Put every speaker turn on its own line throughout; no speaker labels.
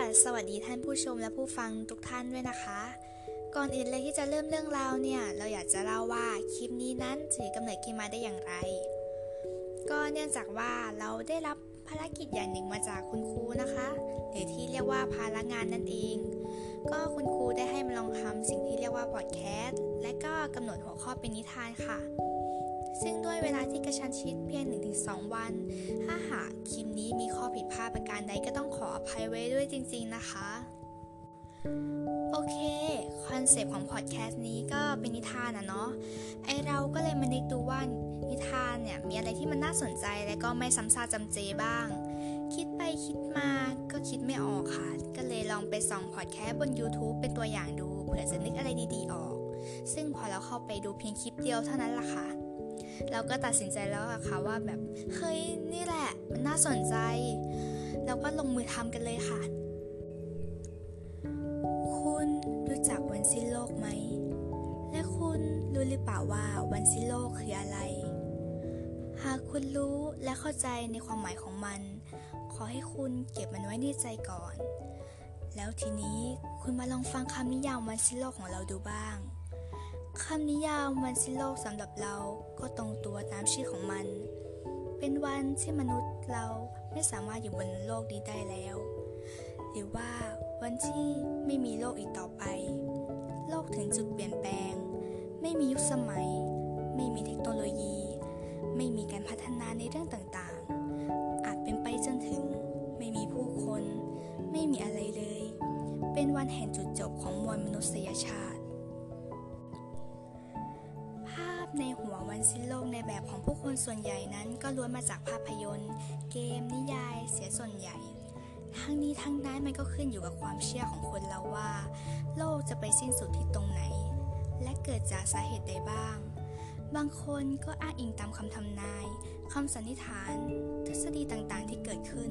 สวัสดีท่านผู้ชมและผู้ฟังทุกท่านด้วยนะคะก่อนอื่นเลยที่จะเริ่มเรื่องราวเนี่ยเราอยากจะเล่าว่าคลิปนี้นั้นถือกำเนิดขึ้นมาได้อย่างไรก็เนื่องจากว่าเราได้รับภารกิจอย่างหนึ่งมาจากคุณครูนะคะหรือที่เรียกว่าภาระงานนั่นเองก็คุณครูได้ให้มาลองทำสิ่งที่เรียกว่าพอดแคสต์และก็กำหนดหัวข้อเป็นนิทานค่ะซึ่งด้วยเวลาที่กระชั้นชิดเพียง 1-2 วันถ้าหากคลิปนี้มีข้อผิดพลาดประการใดก็ต้องขออภัยไว้ด้วยจริงๆนะคะโอเคคอนเซปต์ของพอดแคสต์นี้ก็เป็นนิทานเนาะเราก็เลยมานึกดูว่านิทานเนี่ยมีอะไรที่มันน่าสนใจและก็ไม่ซ้ำซากจำเจบ้างคิดไปคิดมาก็คิดไม่ออกค่ะก็เลยลองไปส่องพอดแคสต์บน YouTube เป็นตัวอย่างดูเผื่อจะนึกอะไรดีๆออกซึ่งพอเราเข้าไปดูเพียงคลิปเดียวเท่านั้นล่ะค่ะเราก็ตัดสินใจแล้วอะค่ะว่าแบบเฮ้ยนี่แหละมันน่าสนใจแล้วก็ลงมือทำกันเลยค่ะคุณรู้จักวันสิ้นโลกไหมและคุณรู้หรือเปล่าว่าวันสิ้นโลกคืออะไรหากคุณรู้และเข้าใจในความหมายของมันขอให้คุณเก็บมันไว้ในใจก่อนแล้วทีนี้คุณมาลองฟังคำนิยามวันสิ้นโลกของเราดูบ้างคำนิยามวันสิ้นโลกสำหรับเราก็ตรงตัวตามชื่อของมันเป็นวันที่มนุษย์เราไม่สามารถอยู่บนโลกนี้ได้แล้วหรือว่าวันที่ไม่มีโลกอีกต่อไปโลกถึงจุดเปลี่ยนแปลงไม่มียุคสมัยไม่มีเทคโนโลยีไม่มีการพัฒนาในเรื่องต่างๆอาจเป็นไปจนถึงไม่มีผู้คนไม่มีอะไรเลยเป็นวันแห่งจุดจบของมวลมนุษยชาติในหัววันสิ้นโลกในแบบของผู้คนส่วนใหญ่นั้นก็ล้วนมาจากภาพยนตร์เกมนิยายเสียส่วนใหญ่ทั้งนี้ทั้งนั้นมันก็ขึ้นอยู่กับความเชื่อของคนเราว่าโลกจะไปสิ้นสุดที่ตรงไหนและเกิดจากสาเหตุใดบ้างบางคนก็อ้างอิงตามคำทำนายคำสันนิษฐานทฤษฎีต่างๆที่เกิดขึ้น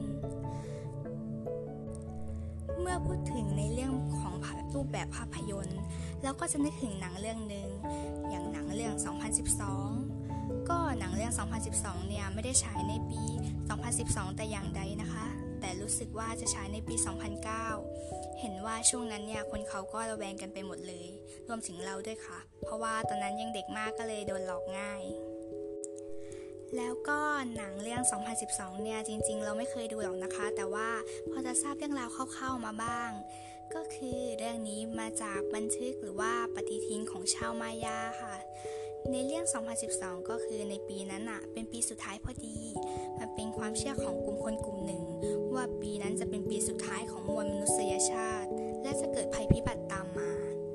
เมื่อพูดถึงในเรื่องของรูปแบบภาพยนตร์เราก็จะนึกถึงหนังเรื่องนึงอย่างหนังเรื่อง 2012 ก็หนังเรื่อง 2012 เนี่ยไม่ได้ฉายในปี 2012 แต่อย่างใดนะคะแต่รู้สึกว่าจะฉายในปี 2009 เห็นว่าช่วงนั้นเนี่ยคนเขาก็ระแวงกันไปหมดเลยรวมถึงเราด้วยค่ะเพราะว่าตอนนั้นยังเด็กมากก็เลยโดนหลอกง่ายแล้วก็หนังเรื่อง 2012 เนี่ยจริงๆเราไม่เคยดูหรอกนะคะแต่ว่าพอจะทราบเรื่องราวคร่าวๆมาบ้างก็คือเรื่องนี้มาจากบันทึกหรือว่าปฏิทินของชาวมายาค่ะในเรื่อง 2012 ก็คือในปีนั้นเป็นปีสุดท้ายพอดีมันเป็นความเชื่อของกลุ่มคนกลุ่มหนึ่งว่าปีนั้นจะเป็นปีสุดท้ายของมวลมนุษยชาติและจะเกิดภัยพิบัติตามมา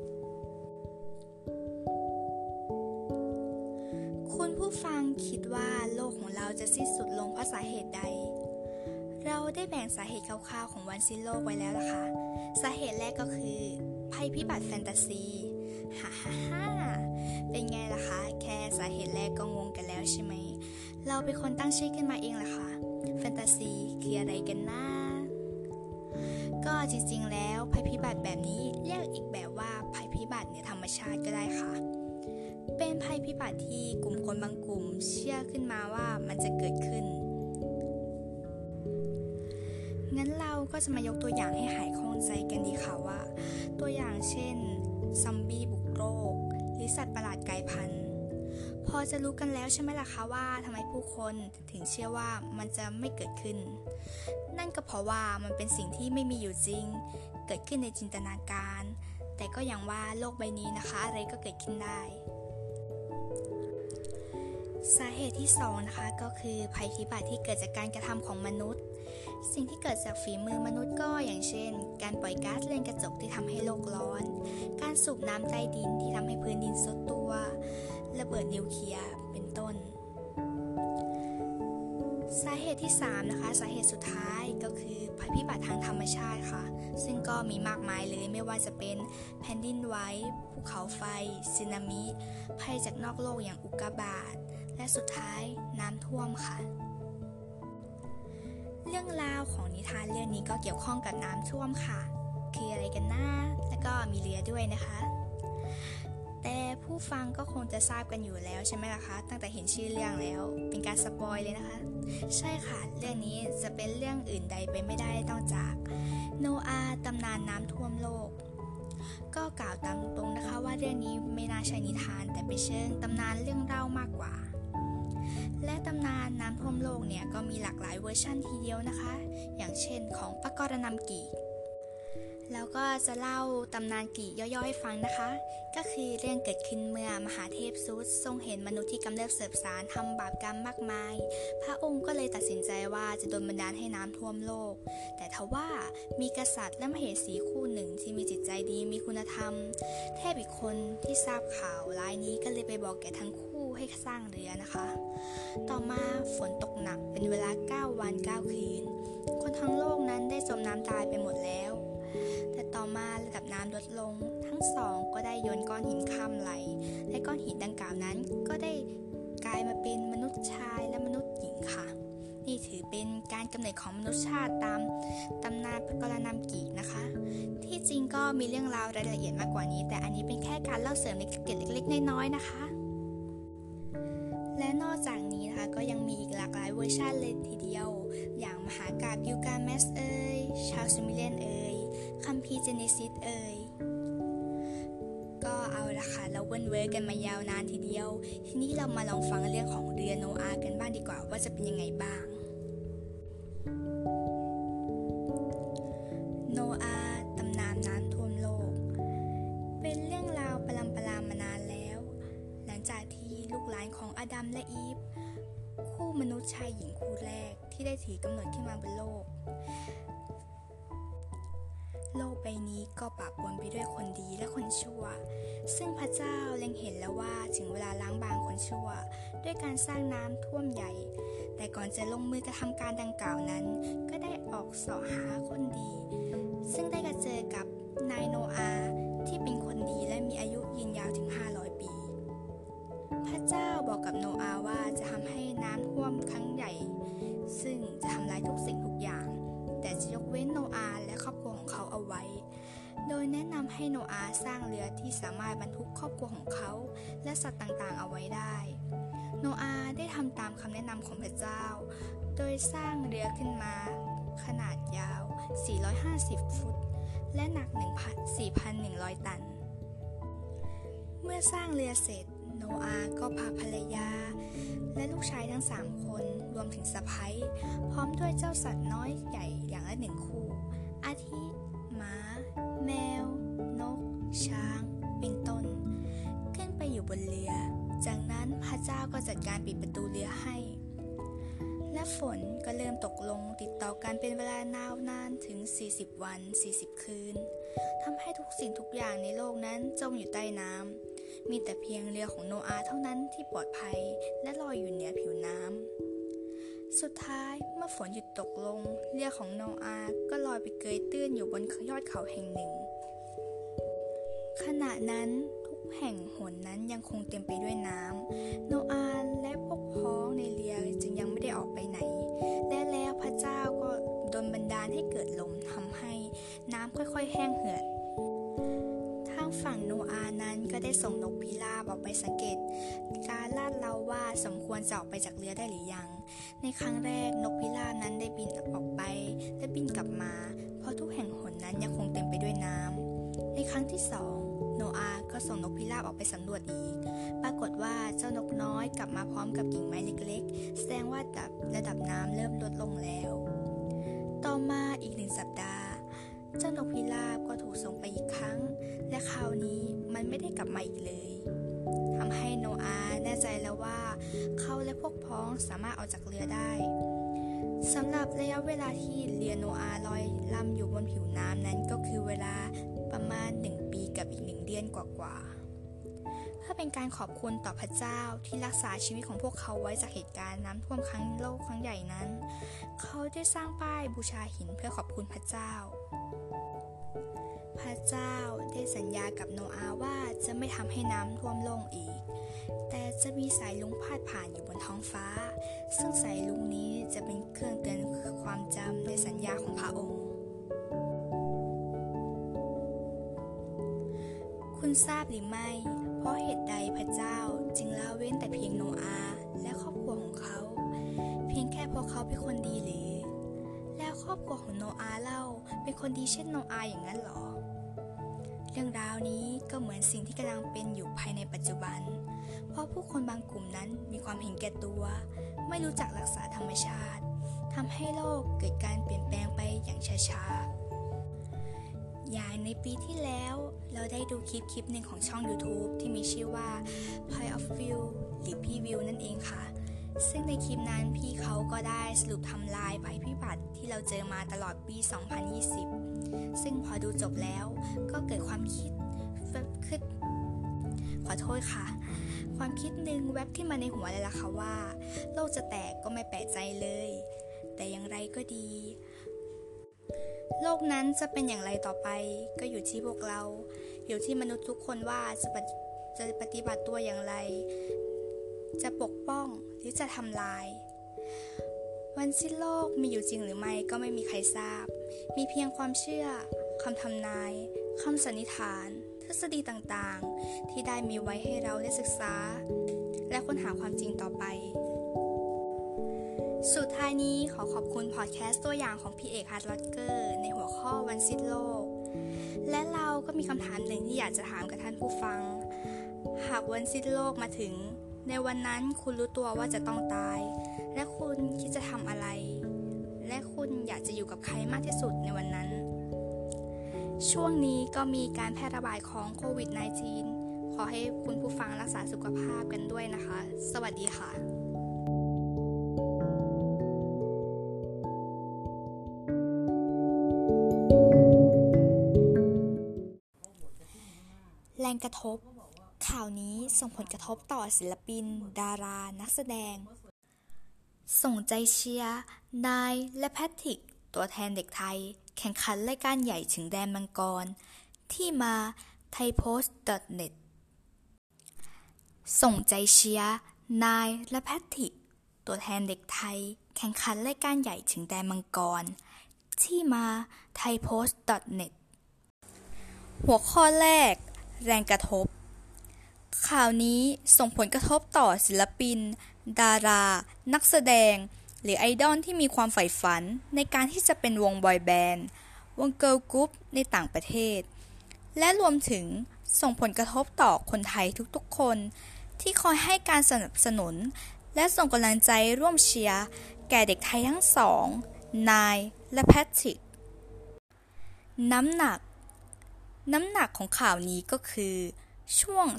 คุณผู้ฟังคิดว่าโลกของเราจะสิ้นสุดลงเพราะสาเหตุใดเราได้แบ่งสาเหตุคร่าวๆของวันสิ้นโลกไว้แล้วล่ะค่ะสาเหตุแรกก็คือภัยพิบัติแฟนตาซีฮ่าฮ่าฮ่าเป็นไงล่ะคะแค่สาเหตุแรกก็งงกันแล้วใช่ไหมเราเป็นคนตั้งชื่อขึ้นมาเองล่ะค่ะแฟนตาซีคืออะไรกันนะก็จริงๆแล้วภัยพิบัติแบบนี้เรียกอีกแบบว่าภัยพิบัติในธรรมชาติก็ได้ค่ะเป็นภัยพิบัติที่กลุ่มคนบางกลุ่มเชื่อขึ้นมาว่ามันจะเกิดขึ้นงั้นเราก็จะมายกตัวอย่างให้หายข้องใจกันดีค่ะว่าตัวอย่างเช่นซอมบี้บุกโลกหรือสัตว์ประหลาดกลายพันธุ์พอจะรู้กันแล้วใช่ไหมล่ะคะว่าทำไมผู้คนถึงเชื่อว่ามันจะไม่เกิดขึ้นนั่นก็เพราะว่ามันเป็นสิ่งที่ไม่มีอยู่จริงเกิดขึ้นในจินตนาการแต่ก็อย่างว่าโลกใบนี้นะคะอะไรก็เกิดขึ้นได้สาเหตุที่2นะคะก็คือภัยพิบัติที่เกิดจากการกระทำของมนุษย์สิ่งที่เกิดจากฝีมือมนุษย์ก็อย่างเช่นการปล่อยก๊าซเรือนกระจกที่ทำให้โลกร้อนการสูบน้ำใต้ดินที่ทำให้พื้นดินทรุดตัวระเบิดนิวเคลียร์เป็นต้นสาเหตุที่3นะคะสาเหตุสุดท้ายก็คือภัยพิบัติทางธรรมชาติค่ะซึ่งก็มีมากมายเลยไม่ว่าจะเป็นแผ่นดินไหวภูเขาไฟสึนามิภัยจากนอกโลกอย่างอุกกาบาตและสุดท้ายน้ำท่วมค่ะเรื่องราวของนิทานเรื่องนี้ก็เกี่ยวข้องกับน้ำท่วมค่ะคืออะไรกันนะแล้วก็มีเรือด้วยนะคะแต่ผู้ฟังก็คงจะทราบกันอยู่แล้วใช่ไหมล่ะคะตั้งแต่เห็นชื่อเรื่องแล้วเป็นการสปอยเลยนะคะใช่ค่ะเรื่องนี้จะเป็นเรื่องอื่นใดไปไม่ได้นอกจากโนอาห์ตำนานน้ำท่วมโลกก็กล่าวตามตรงนะคะว่าเรื่องนี้ไม่น่าใช่นิทานแต่เป็นเชิงตำนานเรื่องเล่ามากกว่าและตำนานน้ำท่วมโลกเนี่ยก็มีหลากหลายเวอร์ชันทีเดียวนะคะอย่างเช่นของปกรณำกี่แล้วก็จะเล่าตำนานกี่ย่อๆให้ฟังนะคะก็คือเรื่องเกิดขึ้นเมื่อมหาเทพซุสทรงเห็นมนุษย์ที่กำเริบเสบสารทำบาปกรรมมากมายพระองค์ก็เลยตัดสินใจว่าจะดลบันดาลให้น้ำท่วมโลกแต่ทว่ามีกษัตริย์และมเหสีคู่หนึ่งที่มีจิตใจดีมีคุณธรรมเทพอีกคนที่ทราบข่าวร้ายนี้ก็เลยไปบอกแก่ทั้งคู่ให้สร้างเรือนะคะต่อมาฝนตกหนักเป็นเวลา9 วัน9 คืนคนทั้งโลกนั้นได้จมน้ำตายไปหมดแล้วแต่ต่อมาระดับน้ำลดลงทั้งสองก็ได้โยนก้อนหินข้ามไหลและก้อนหินดังกล่าวนั้นก็ได้กลายมาเป็นมนุษย์ชายและมนุษย์หญิงค่ะนี่ถือเป็นการกำเนิดของมนุษยชาติตามตำนานปกรณำกี่นะคะที่จริงก็มีเรื่องราวรายละเอียดมากกว่านี้แต่อันนี้เป็นแค่การเล่าเสริมในเกร็ดเล็กๆน้อยๆนะคะและนอกจากนี้นะคะก็ยังมีอีกหลากหลายเวอร์ชันเลยทีเดียวอย่างมหากาพย์กิลกาเมชชาวซูเมเรียนคัมภีร์เจเนซิสก็เอาละค่ะเราเว้นเว้กันมายาวนานทีเดียวทีนี้เรามาลองฟังเรื่องของเรือโนอาห์กันบ้างดีกว่าว่าจะเป็นยังไงบ้างโนอาห์ตำนานน้ำท่วมโลกเป็นเรื่องราวประลำประลามานานแล้วหลังจากที่ลูกหลานของอาดัมและอีฟคู่มนุษย์ชายหญิงคู่แรกที่ได้ถือกำเนิดขึ้นมาบนโลกใบนี้ก็ปะปนไปด้วยคนดีและคนชั่วซึ่งพระเจ้าเล็งเห็นแล้วว่าถึงเวลาล้างบางคนชั่วด้วยการสร้างน้ำท่วมใหญ่แต่ก่อนจะลงมือกระทำการดังกล่าวนั้นก็ได้ออกเสาะหาคนดีซึ่งได้กระเจอกับนายโนอาห์ที่เป็นคนดีและมีอายุยืนยาวถึง500 ปีพระเจ้าบอกกับโนอาห์ว่าจะทำให้น้ำท่วมครั้งใหญ่ซึ่งจะทำลายทุกสิ่งทุกอย่างแต่จะยกเว้นโนอาห์และครอบครัวของเขาเอาไว้โดยแนะนำให้โนอาห์สร้างเรือที่สามารถบรรทุกครอบครัวของเขาและสัตว์ต่างๆเอาไว้ได้โนอาห์ได้ทำตามคำแนะนำของพระเจ้าโดยสร้างเรือขึ้นมาขนาดยาว450 ฟุตและหนัก 4,100 ตันเมื่อสร้างเรือเสร็จโนอาห์ก็พาภรรยาและลูกชายทั้ง3 คนรวมถึงสะใภ้พร้อมด้วยเจ้าสัตว์น้อยใหญ่อย่างละ1 คู่อาทิหมาแมวนกช้างเป็นต้นขึ้นไปอยู่บนเรือจากนั้นพระเจ้าก็จัดการปิดประตูเรือให้และฝนก็เริ่มตกลงติดต่อกันเป็นเวลานานถึง40 วัน40 คืนทำให้ทุกสิ่งทุกอย่างในโลกนั้นจมอยู่ใต้น้ำมีแต่เพียงเรือของโนอาห์เท่านั้นที่ปลอดภัยและลอยอยู่เหนือผิวน้ำสุดท้ายเมื่อฝนหยุดตกลงเรือของโนอาห์ก็ลอยไปเกยตื้นอยู่บนยอดเขาแห่งหนึ่งขณะนั้นทุกแห่งหนนั้นยังคงเต็มไปด้วยน้ำโนอาห์และพวกพ้องในเรือจึงยังไม่ได้ออกไปไหนและแล้วพระเจ้าก็ดลบันดาลให้เกิดลมทำให้น้ำค่อยๆแห้งเหือดทางฝั่งโนอาห์นั้นก็ได้ส่งนกพิราบออกไปสังเกตการลาดเราว่าสมควรจะออกไปจากเรือได้หรือยังในครั้งแรกนกพิราบนั้นได้บินออกไปและบินกลับมาเพราะทุกแห่งหนนั้นยังคงเต็มไปด้วยน้ำในครั้งที่2โนอาห์ก็ส่งนกพิราบออกไปสำรวจอีกปรากฏว่าเจ้านกน้อยกลับมาพร้อมกับกิ่งไม้เล็กๆแสดงว่าระดับน้ำเริ่มลดลงแล้วต่อมาอีก1 สัปดาห์เจ้านกพิราบก็ถูกส่งไปอีกครั้งและคราวนี้มันไม่ได้กลับมาอีกเลยทำให้โนอาห์แน่ใจแล้วว่าเขาและพวกพ้องสามารถออกจากเรือได้สำหรับระยะเวลาที่เรือโนอาห์ลอยลำอยู่บนผิวน้ำนั้นก็คือเวลาประมาณ1 ปีกับอีก1 เดือนกว่าๆเพื่อเป็นการขอบคุณต่อพระเจ้าที่รักษาชีวิตของพวกเขาไว้จากเหตุการณ์น้ำท่วมครั้งโลกครั้งใหญ่นั้นเขาได้สร้างป้ายบูชาหินเพื่อขอบคุณพระเจ้าพระเจ้าได้สัญญากับโนอาห์ว่าจะไม่ทำให้น้ำท่วมโลกอีกแต่จะมีสายลุงพาดผ่านอยู่บนท้องฟ้าซึ่งสายลุงนี้จะเป็นเครื่องเตือนความจำในสัญญาของพระองค์คุณทราบหรือไม่เพราะเหตุใดพระเจ้าจึงละเว้นแต่เพียงโนอาห์และครอบครัวของเขาเพียงแค่เพราะเขาเป็นคนดีหรือแล้วครอบครัวของโนอาห์เล่าเป็นคนดีเช่นโนอาห์อย่างนั้นหรอเรื่องราวนี้ก็เหมือนสิ่งที่กำลังเป็นอยู่ภายในปัจจุบันเพราะผู้คนบางกลุ่มนั้นมีความเห็นแก่ตัวไม่รู้จักรักษาธรรมชาติทำให้โลกเกิดการเปลี่ยนแปลงไปอย่างช้าๆอย่างในปีที่แล้วเราได้ดูคลิปหนึ่งของช่อง YouTube ที่มีชื่อว่า Point of View หรือพี่วิวนั่นเองค่ะซึ่งในคลิปนั้นพี่เขาก็ได้สรุปทำลายภัยพิบัติที่เราเจอมาตลอดปี 2020 ซึ่งพอดูจบแล้วก็เกิดความคิดความคิดหนึ่งแวบที่มาในหัวเลยล่ะค่ะว่าโลกจะแตกก็ไม่แปลกใจเลยแต่อย่างไรก็ดีโลกนั้นจะเป็นอย่างไรต่อไปก็อยู่ที่พวกเราอยู่ที่มนุษย์ทุกคนว่าจะปฏิบัติตัวอย่างไรจะปกป้องหรือจะทำลายวันสิ้นโลกมีอยู่จริงหรือไม่ก็ไม่มีใครทราบมีเพียงความเชื่อคำทำนายคำสันนิษฐานทฤษฎีต่างๆที่ได้มีไว้ให้เราได้ศึกษาและค้นหาความจริงต่อไปสุดท้ายนี้ขอขอบคุณพอดแคสต์ตัวอย่างของพี่เอกฮาร์ดล็อกเกอร์ในหัวข้อวันสิ้นโลกและเราก็มีคำถามหนึ่งที่อยากจะถามกับท่านผู้ฟังหากวันสิ้นโลกมาถึงในวันนั้นคุณรู้ตัวว่าจะต้องตายและคุณคิดจะทำอะไรและคุณอยากจะอยู่กับใครมากที่สุดในวันนั้นช่วงนี้ก็มีการแพร่ระบาดของโควิด -19 ขอให้คุณผู้ฟังรักษาสุขภาพกันด้วยนะคะสวัสดีค่ะแรงกระทบข่าวนี้ส่งผลกระทบต่อศิลปินดารานักแสดงส่งใจเชียร์นายและแพทริกตัวแทนเด็กไทยแข่งขันรายการใหญ่ถึงแดนมังกรที่มา thaipost.net ส่งใจเชียร์นายและแพทริกตัวแทนเด็กไทยแข่งขันรายการใหญ่ถึงแดนมังกรที่มา thaipost.net หัวข้อแรกแรงกระทบข่าวนี้ส่งผลกระทบต่อศิลปินดารานักแสดงหรือไอดอลที่มีความใฝ่ฝันในการที่จะเป็นวงบอยแบนด์วงเกิร์ลกรุ๊ปในต่างประเทศและรวมถึงส่งผลกระทบต่อคนไทยทุกๆคนที่คอยให้การสนับสนุนและส่งกำลังใจร่วมเชียร์แก่เด็กไทยทั้งสองนายและแพทริกน้ำหนักของข่าวนี้ก็คือช่วง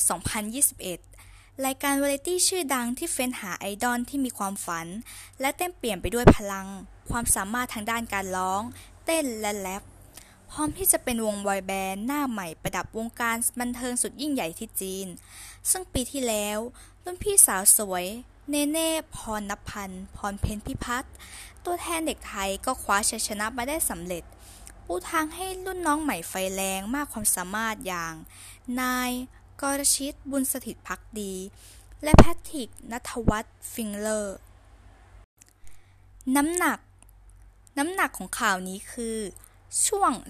2021 รายการวาไรตี้ชื่อดังที่เฟ้นหาไอดอลที่มีความฝันและเต็มเปี่ยมไปด้วยพลังความสามารถทางด้านการร้องเต้นและแรปพร้อมที่จะเป็นวงบอยแบนด์หน้าใหม่ประดับวงการบันเทิงสุดยิ่งใหญ่ที่จีนซึ่งปีที่แล้วรุ่นพี่สาวสวยเนเน่พรณพันธ์พรเพ็ญพิพัฒน์ตัวแทนเด็กไทยก็คว้าชัยชนะมาได้สำเร็จปูทางให้รุ่นน้องใหม่ไฟแรงมากความสามารถอย่างนายกรชิตบุญสถิตภักดีและแพทริกณัฐวัฒน์ฟิงเลอร์น้ำหนักของข่าวนี้คือช่วง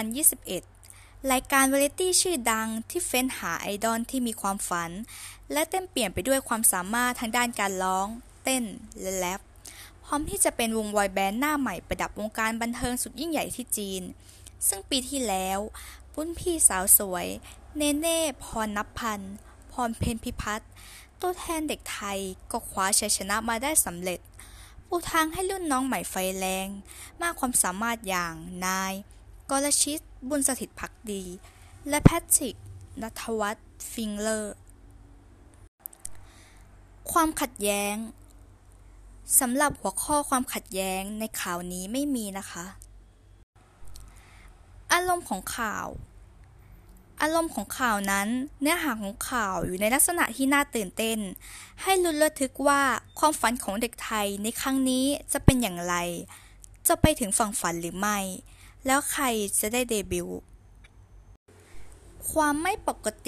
2021 รายการวาไรตี้ชื่อดังที่เฟ้นหาไอดอลที่มีความฝันและเต็มเปี่ยมไปด้วยความสามารถทางด้านการร้องเต้นและแรปพร้อมที่จะเป็นวงบอยแบนด์หน้าใหม่ประดับวงการบันเทิงสุดยิ่งใหญ่ที่จีนซึ่งปีที่แล้วรุ่นพี่สาวสวยเนเน่พรณพันธ์พรเพ็ญพิพัฒน์ตัวแทนเด็กไทยก็คว้าชัยชนะมาได้สำเร็จปูทางให้รุ่นน้องใหม่ไฟแรงมากความสามารถอย่างนายกรชิตบุญสถิตภักดีและแพทริกณัฐวัฒน์ฟิงเลอร์ความขัดแย้งสำหรับหัวข้อความขัดแย้งในข่าวนี้ไม่มีนะคะอารมณ์ของข่าวนั้นเนื้อหาของข่าวอยู่ในลักษณะที่น่าตื่นเต้นให้ลุ้นระทึกว่าความฝันของเด็กไทยในครั้งนี้จะเป็นอย่างไรจะไปถึงฝั่งฝันหรือไม่แล้วใครจะได้เดบิวต์ความไม่ป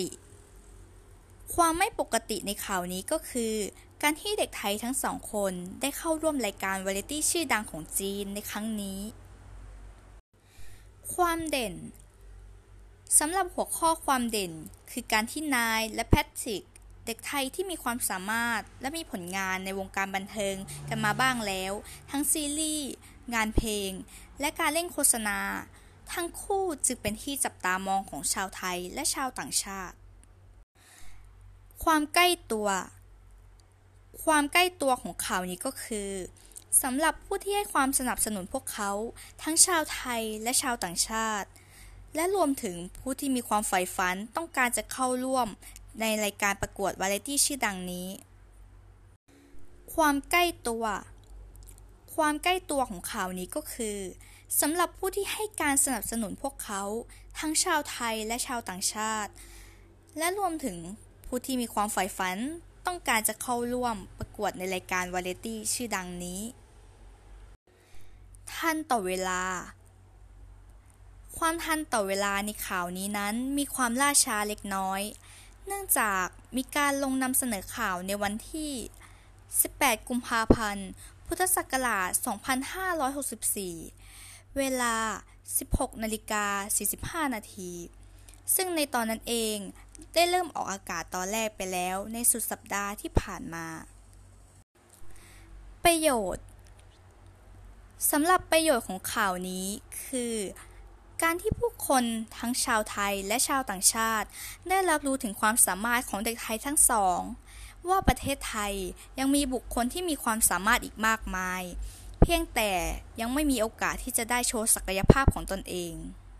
กติในข่าวนี้ก็คือการที่เด็กไทยทั้งสองคนได้เข้าร่วมรายการวาไรตี้ชื่อดังของจีนในครั้งนี้ความเด่นสำหรับหัวข้อความเด่นคือการที่นายและแพทริกเด็กไทยที่มีความสามารถและมีผลงานในวงการบันเทิงกันมาบ้างแล้วทั้งซีรีส์งานเพลงและการเล่นโฆษณาทั้งคู่จึงเป็นที่จับตามองของชาวไทยและชาวต่างชาติความใกล้ตัวของข่าวนี้ก็คือสำหรับผู้ที่ให้ความสนับสนุนพวกเขาทั้งชาวไทยและชาวต่างชาติและรวมถึงผู้ที่มีความใฝ่ฝันต้องการจะเข้าร่วมในรายการประกวดวาไรตี้ชื่อดังนี้ความใกล้ตัวของข่าวนี้ก็คือสำหรับผู้ที่ให้การสนับสนุนพวกเขาทั้งชาวไทยและชาวต่างชาติและรวมถึงผู้ที่มีความใฝ่ฝันต้องการจะเข้าร่วมประกวดในรายการวาไรตี้ชื่อดังนี้ทันต่อเวลาความทันต่อเวลาในข่าวนี้นั้นมีความล่าช้าเล็กน้อยเนื่องจากมีการลงนำเสนอข่าวในวันที่18กุมภาพันธ์พุทธศักราช2564เวลา 16:45 นาทีซึ่งในตอนนั้นเองได้เริ่มออกอากาศตอนแรกไปแล้วในสุดสัปดาห์ที่ผ่านมาประโยชน์สำหรับประโยชน์ของข่าวนี้คือการที่ผู้คนทั้งชาวไทยและชาวต่างชาติได้รับรู้ถึงความสามารถของเด็กไทยทั้งสองว่าประเทศไทยยังมีบุคคลที่มีความสามารถอีกมากมายเพียงแต่ยังไม่มีโอกาสที่จะได้โชว์ศักยภาพของตนเอง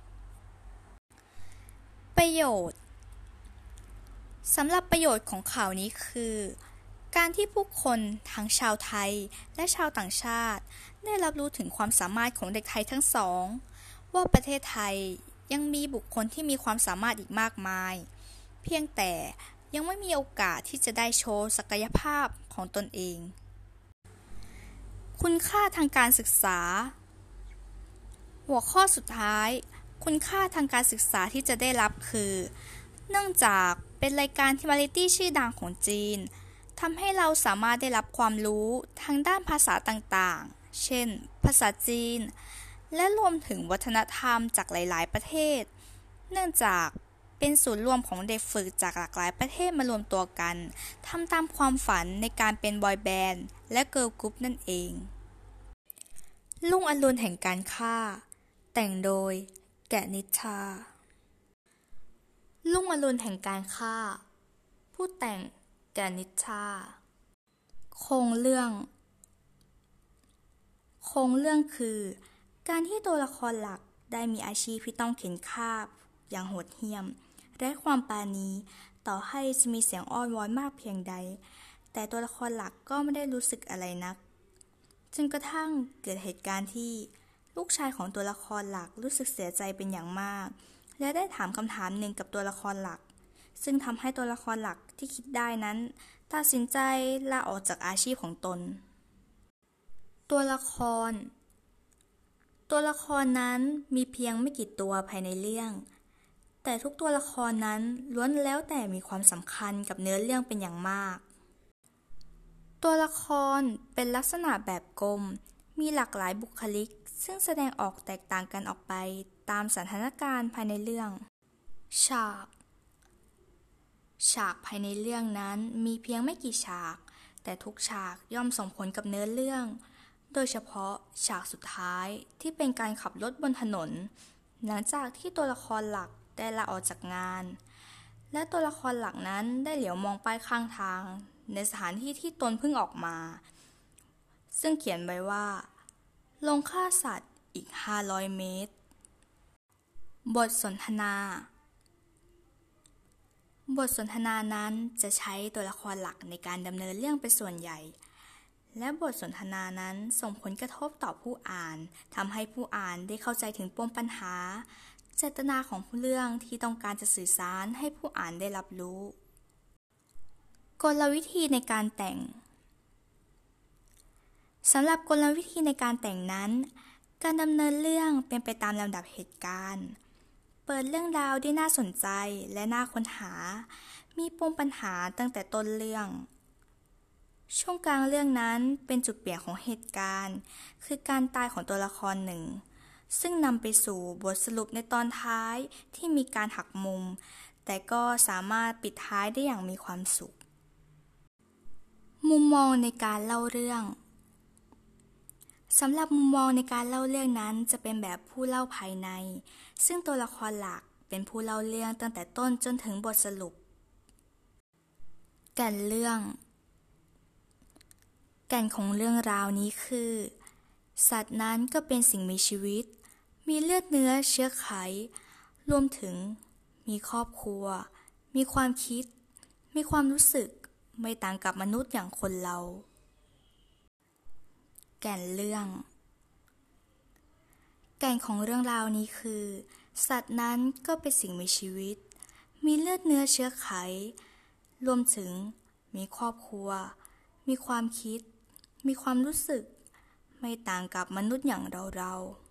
ประโยชน์สำหรับประโยชน์ของข่าวนี้คือการที่ผู้คนทั้งชาวไทยและชาวต่างชาติได้รับรู้ถึงความสามารถของเด็กไทยทั้งสองว่าประเทศไทยยังมีบุคคลที่มีความสามารถอีกมากมายเพียงแต่ยังไม่มีโอกาสที่จะได้โชว์ศักยภาพของตนเองคุณค่าทางการศึกษาหัวข้อสุดท้ายคุณค่าทางการศึกษาที่จะได้รับคือเนื่องจากเป็นรายการวาไรตี้ชื่อดังของจีนทำให้เราสามารถได้รับความรู้ทางด้านภาษาต่างๆเช่นภาษาจีนและรวมถึงวัฒนธรรมจากหลายๆประเทศเนื่องจากเป็นศูนย์รวมของเด็กฝึกจากหลากหลายประเทศมารวมตัวกันทำตามความฝันในการเป็นบอยแบนด์และเกิร์ลกรุ๊ปนั่นเองรุ่งอรุณแห่งการฆ่าแต่งโดยแกะนิชารุ่งอรุณแห่งการฆ่าผู้แต่งแกะนิชาโครงเรื่องคือการที่ตัวละครหลักได้มีอาชีพที่ต้องเข็นฆ่าอย่างโหดเหี้ยมและความปราณีต่อให้จะมีเสียงอ้อนวอนมากเพียงใดแต่ตัวละครหลักก็ไม่ได้รู้สึกอะไรนักจนกระทั่งเกิดเหตุการณ์ที่ลูกชายของตัวละครหลักรู้สึกเสียใจเป็นอย่างมากและได้ถามคำถามหนึ่งกับตัวละครหลักซึ่งทำให้ตัวละครหลักที่คิดได้นั้นตัดสินใจลาออกจากอาชีพของตนตัวละครนั้นมีเพียงไม่กี่ตัวภายในเรื่องแต่ทุกตัวละครนั้นล้วนแล้วแต่มีความสำคัญกับเนื้อเรื่องเป็นอย่างมากตัวละครเป็นลักษณะแบบกลมมีหลากหลายบุคลิกซึ่งแสดงออกแตกต่างกันออกไปตามสถานการณ์ภายในเรื่องฉากภายในเรื่องนั้นมีเพียงไม่กี่ฉากแต่ทุกฉากย่อมส่งผลกับเนื้อเรื่องโดยเฉพาะฉากสุดท้ายที่เป็นการขับรถบนถนนหลังจากที่ตัวละครหลักได้ลาออกจากงานและตัวละครหลักนั้นได้เหลียวมองป้ายข้างทางในสถานที่ที่ตนเพิ่งออกมาซึ่งเขียนไว้ว่าโรงฆ่าสัตว์อีก500 เมตรบทสนทนานั้นจะใช้ตัวละครหลักในการดำเนินเรื่องเป็นส่วนใหญ่และบทสนทนานั้นส่งผลกระทบต่อผู้อ่านทำให้ผู้อ่านได้เข้าใจถึงปมปัญหาเจตนาของเรื่องที่ต้องการจะสื่อสารให้ผู้อ่านได้รับรู้กลวิธีในการแต่งสำหรับกลวิธีในการแต่งนั้นการดำเนินเรื่องเป็นไปตามลำดับเหตุการณ์เปิดเรื่องราวได้น่าสนใจและน่าค้นหามีปมปัญหาตั้งแต่ต้นเรื่องช่วงกลางเรื่องนั้นเป็นจุดเปลี่ยนของเหตุการณ์คือการตายของตัวละครหนึ่งซึ่งนำไปสู่บทสรุปในตอนท้ายที่มีการหักมุมแต่ก็สามารถปิดท้ายได้อย่างมีความสุขมุมมองในการเล่าเรื่องสำหรับมุมมองในการเล่าเรื่องนั้นจะเป็นแบบผู้เล่าภายในซึ่งตัวละครหลักเป็นผู้เล่าเรื่องตั้งแต่ต้นจนถึงบทสรุปแก่นเรื่องแก่นของเรื่องราวนี้คือสัตว์นั้นก็เป็นสิ่งมีชีวิตมีเลือดเนื้อเชื้อไขรวมถึงมีครอบครัวมีความคิดมีความรู้สึกไม่ต่างกับมนุษย์อย่างคนเราแก่นเรื่องแก่นของเรื่องราวนี้คือสัตว์นั้นก็เป็นสิ่งมีชีวิตมีเลือดเนื้อเชื้อไขรวมถึงมีครอบครัวมีความคิดมีความรู้สึกไม่ต่างกับมนุษย์อย่างเรา